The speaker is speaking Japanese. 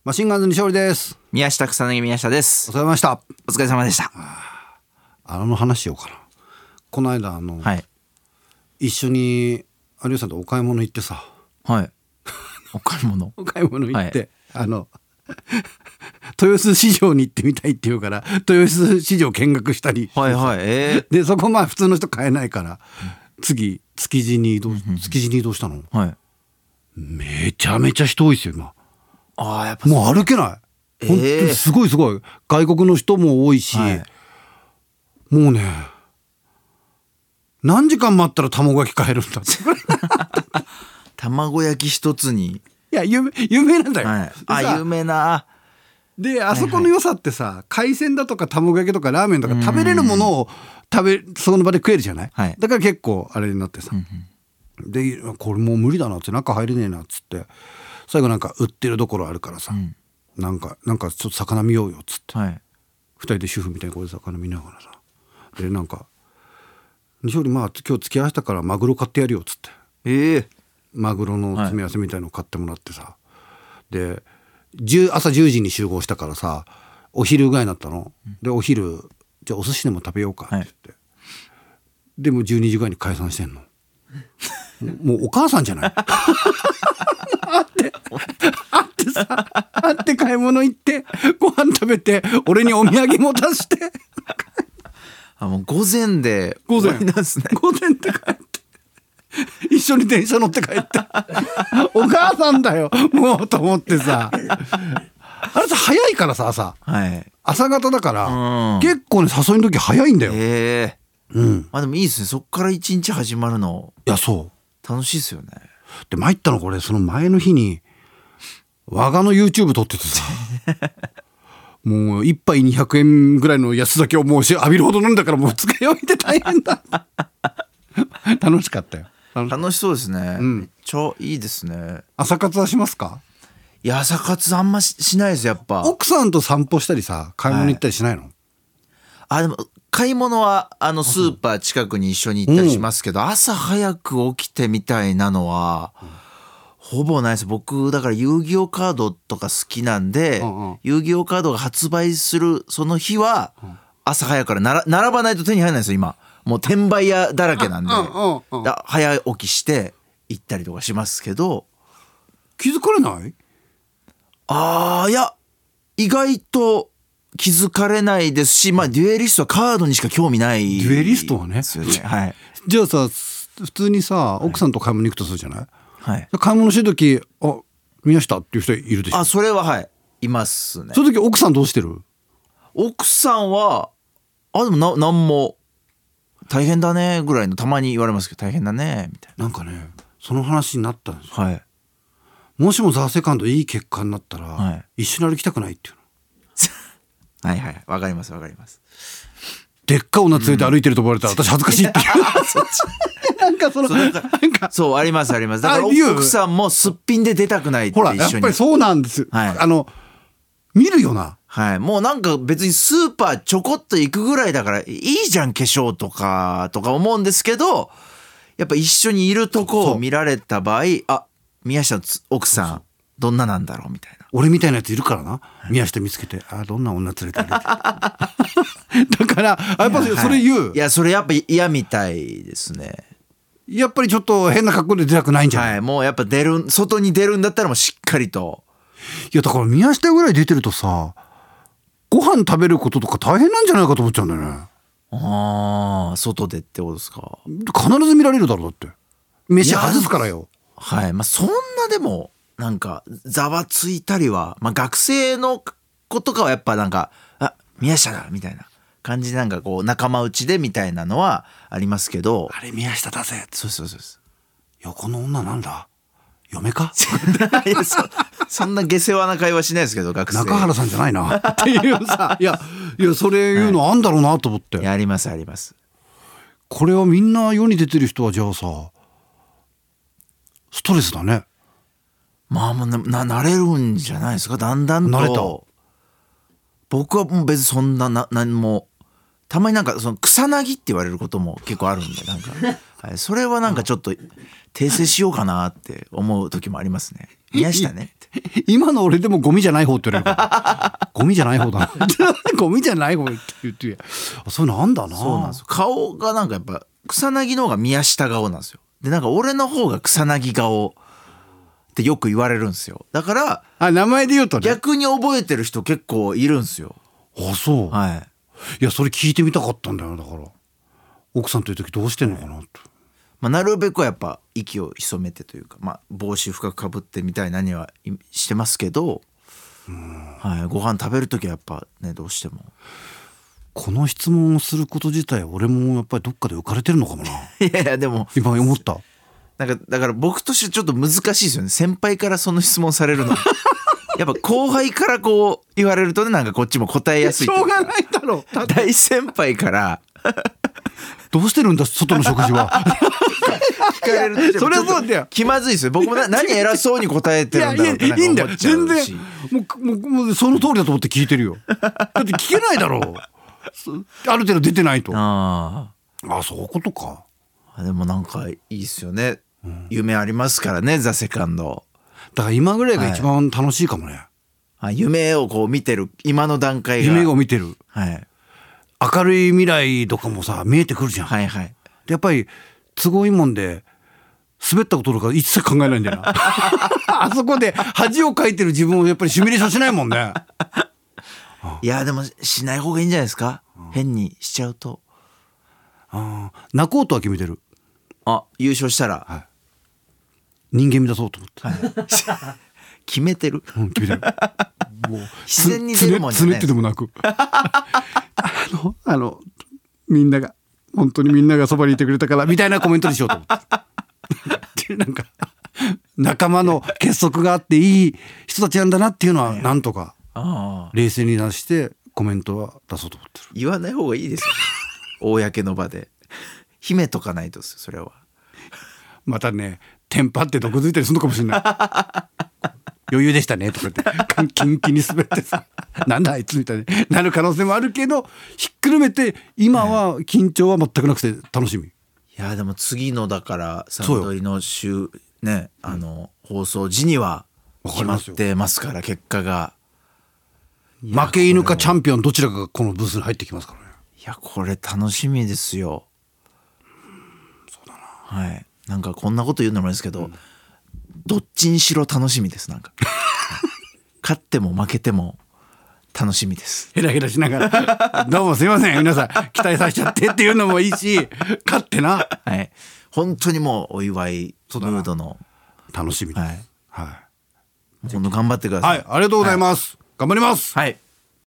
マシンガンズ西堀です。 宮下草薙宮下でおす。 疲れ様でした。 お疲れ様でした。 話しようかな。この間はい。 一緒に有吉さんとお買い物行ってさ、 はい。お買い物。 お買い物行って、豊洲市場に行ってみたいって言うから豊洲市場見学したりしてさ、 はいはい。 でそこ普通の人買えないから、次築地に移動したの。 はい。 めちゃめちゃ人多いですよ今。 ああ、やっぱもう歩けない。本当にすごい外国の人も多いし、 はい、 もうね、何時間待ったら卵焼き買えるんだ卵焼き一つに。 いや有名なんだよ、 はい、有名な。 であそこの良さってさ、海鮮だとか卵焼きとかラーメンとか食べれるものをその場で食えるじゃない、 はい、 だから結構あれになってさ、でこれもう無理だなって、中入れねえなっつって、最後なんか売ってるところあるからさ、なんかちょっと魚見ようよっつって、 はい、 2人で主婦みたいにこうで魚見ながらさ、でなんか西堀今日付き合わせたからマグロ買ってやるよっつって、マグロの詰め合わせみたいのを買ってもらってさ、で朝10時に集合したからさ、お昼ぐらいになったの、でお昼じゃあお寿司でも食べようかって言って、でも12時ぐらいに解散してんのもうお母さんじゃない会って買い物行ってご飯食べて俺にお土産も出してもう午前で終わりなんですね。 午前で帰って一緒に電車乗って帰ってお母さんだよもうと思ってさ、あれさ早いからさ朝方だから、結構ね誘いの時早いんだよ。 でもいいですね、そっから一日始まるの。 いやそう楽しいですよね。 で参ったのこれ、その前の日に我がの YouTube 撮っててさもう一杯200円ぐらいの安酒をもう浴びるほど飲んだからもう二日酔いで大変だ楽しかったよ。 楽しそうですね、めっちゃいいですね。 朝活はしますか？ いや朝活あんま しないです。やっぱ奥さんと散歩したりさ、買い物行ったりしないの？ でも買い物はスーパー近くに一緒に行ったりしますけど、朝早く起きてみたいなのは、ほぼないです。僕だから遊戯王カードとか好きなんで、遊戯王カードが発売するその日は朝早くから並ばないと手に入らないですよ今。もう転売屋だらけなんで、早起きして行ったりとかしますけど。 気づかれない？ いや意外と気づかれないですし、デュエリストはカードにしか興味ない。 デュエリストはね、 はい、 じゃあさ普通にさ奥さんと買い物行くとするじゃない、 はい、 買い物してる時宮下っていう人いるでしょ？ それはいますね。 その時奥さんどうしてる？ 奥さんはでもなんも大変だねぐらいの、たまに言われますけど、大変だねみたいな。 なんかねその話になったんですよ、 はい、 もしもザ・セカンドいい結果になったら、一緒に歩きたくないっていうのはいはい、わかりますわかります。 でっかい女連れて歩いてると思われたら私恥ずかしいっていうなんかそうありますあります。だから奥さんもすっぴんで出たくないって一緒に。 ほらやっぱりそうなんですよ、見るよな。 はい、もうなんか別にスーパーちょこっと行くぐらいだからいいじゃん化粧とか思うんですけど、やっぱ一緒にいるとこを見られた場合、宮下の奥さんどんななんだろうみたいな。 俺みたいなやついるからな、宮下見つけてどんな女連れて歩いてるだからやっぱそれ言う。 いやそれやっぱ嫌みたいですね。 やっぱりちょっと変な格好で出たくないんじゃない？ はい、もうやっぱ外に出るんだったらもうしっかりと。 いやだから宮下ぐらい出てるとさ、ご飯食べることとか大変なんじゃないかと思っちゃうんだよね。 外でってことですか？ 必ず見られるだろ、だって飯外すからよ。 はい、そんなでもなんかざわついたりは、学生の子とかはやっぱなんか宮下だみたいな感じで、なんかこう仲間内でみたいなのはありますけど、 あれ宮下だぜ。 そうです。 横の女なんだ、嫁かいやそんな下世話な会話しないですけど、学生中原さんじゃないなっていうさいやそれいうのあんだろうなと思って、 ありますあります。 これはみんな世に出てる人はじゃあさストレスだね。 もう慣れるんじゃないですか、だんだんと。 慣れた。 僕はもう別にそんな何も、たまになんかその草薙って言われることも結構あるんで、なんか、それはなんかちょっと訂正しようかなって思う時もありますね。 宮下ね今の俺でもゴミじゃない方って言われるからゴミじゃない方だなゴミじゃない方って言ってそういうのあんだな。 そうなんですよ。顔がなんかやっぱ草薙の方が宮下顔なんですよ。でなんか俺の方が草薙顔ってよく言われるんですよ。だから名前で言うとね逆に覚えてる人結構いるんですよ。 あそう、 はい、 いやそれ聞いてみたかったんだよ。だから奥さんという時どうしてんのかなって、 なるべくはやっぱ息を潜めてというか、帽子深くかぶってみたいなにはしてますけど、はい、ご飯食べる時はやっぱねどうしてもこの質問をすること自体俺もやっぱりどっかで浮かれてるのかもな。 いやいやでも今思ったなんかだから僕としてちょっと難しいですよね。先輩からその質問されるのやっぱ後輩からこう言われるとねなんかこっちも答えやすいしょうがないだろう。 大先輩からどうしてるんだ外の食事は聞かれるとそれはそうだよ。 気まずいですよ。僕も何偉そうに答えてるんだろうってなんかいいんだよ思っちゃう全然しもうその通りだと思って聞いてるよだって聞けないだろうある程度出てないと。そういうことか。 でもなんかいいですよね、夢ありますからねザ・セカンド。 だから今ぐらいが一番楽しいかもね、 夢をこう見てる今の段階が夢を見てる、 はい、 明るい未来とかもさ見えてくるじゃん、 はいはい、 でやっぱり都合いいもんで滑ったこととか一切考えないんだよなあそこで恥をかいてる自分をやっぱりシミュレーションしないもんねいやでもしない方がいいんじゃないですか、変にしちゃうと。 泣こうとは決めてる。 優勝したら、 人間味出そうと思って、 決めてる、 決めてるもう自然に出るもんじゃないつねってでも泣くみんなが本当にみんながそばにいてくれたからみたいなコメントにしようと思ってなんか仲間の結束があっていい人たちなんだなっていうのはなんとか冷静に出してコメントは出そうと思ってる。 言わない方がいいですよ公の場で秘めとかないとですよそれは。 またねテンパって毒づいたりするのかもしれない余裕でしたねとか言ってキンキンに滑ってさなんだあいつみたいになる可能性もあるけどひっくるめて今は緊張は全くなくて楽しみ。 いやでも次のだからサンドリの週ね放送時には決まってますから結果が。 負け犬かチャンピオンどちらかがこのブースに入ってきますからね。 いやこれ楽しみですよ。 そうだな。 はい。なんかこんなこと言うのもあれですけど、どっちにしろ楽しみです。なんか勝っても負けても楽しみです。 ヘラヘラしながらどうもすいません皆さん期待させちゃってっていうのもいいし勝ってな、 はい、本当にもうお祝いムードの楽しみです。 はい、今度頑張ってください。 はい、ありがとうございます、頑張ります。 はい。